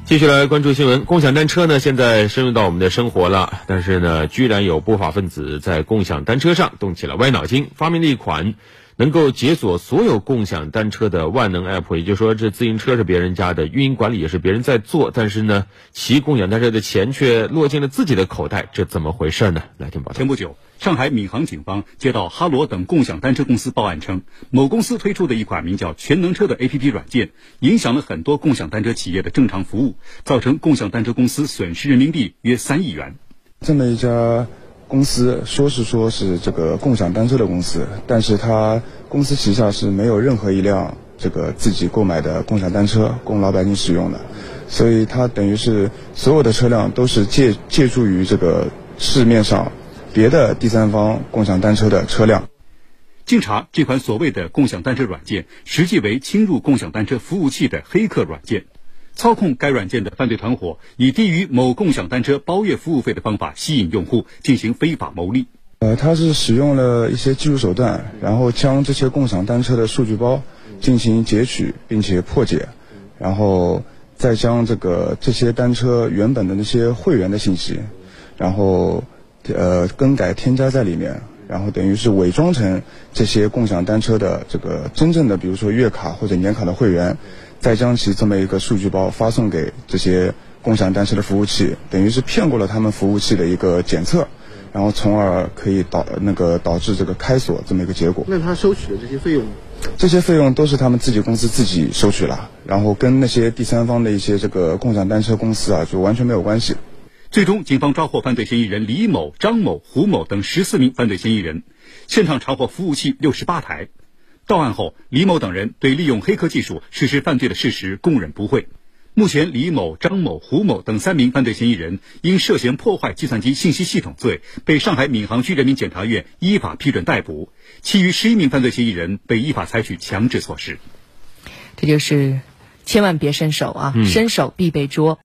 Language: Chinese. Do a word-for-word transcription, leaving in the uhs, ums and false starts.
继续来关注新闻。共享单车呢，现在深入到我们的生活了，但是呢，居然有不法分子在共享单车上动起了歪脑筋，发明了一款能够解锁所有共享单车的万能 app。 也就是说，这自行车是别人家的，运营管理也是别人在做，但是呢，骑共享单车的钱却落进了自己的口袋，这怎么回事呢？来听报道。 前不久，上海闵行警方接到哈罗等共享单车公司报案称，某公司推出的一款名叫全能车的 A P P 软件，影响了很多共享单车企业的正常服务，造成共享单车公司损失人民币约三亿元。 这么一家公司说是说是这个共享单车的公司，但是它公司旗下是没有任何一辆这个自己购买的共享单车供老百姓使用的，所以它等于是所有的车辆都是借借助于这个市面上别的第三方共享单车的车辆。 经查，这款所谓的共享单车软件实际为侵入共享单车服务器的黑客软件。操控该软件的犯罪团伙以低于某共享单车包月服务费的方法吸引用户进行非法牟利。 呃，它是使用了一些技术手段，然后将这些共享单车的数据包进行截取并且破解，然后再将这个这些单车原本的那些会员的信息，然后呃更改添加在里面，然后等于是伪装成这些共享单车的这个真正的比如说月卡或者年卡的会员，再将其这么一个数据包发送给这些共享单车的服务器，等于是骗过了他们服务器的一个检测，然后从而可以导那个导致这个开锁这么一个结果。 那他收取的这些费用， 这些费用都是他们自己公司自己收取了，然后跟那些第三方的一些这个共享单车公司啊就完全没有关系。 最终，警方抓获犯罪嫌疑人李某、张某、胡某等十四名犯罪嫌疑人，现场查获服务器六十八台。到案后，李某等人对利用黑客技术实施犯罪的事实供认不讳。目前，李某、张某、胡某等三名犯罪嫌疑人因涉嫌破坏计算机信息系统罪，被上海闵行区人民检察院依法批准逮捕。其余十一名犯罪嫌疑人被依法采取强制措施。 这就是千万别伸手啊， 嗯、 伸手必被捉。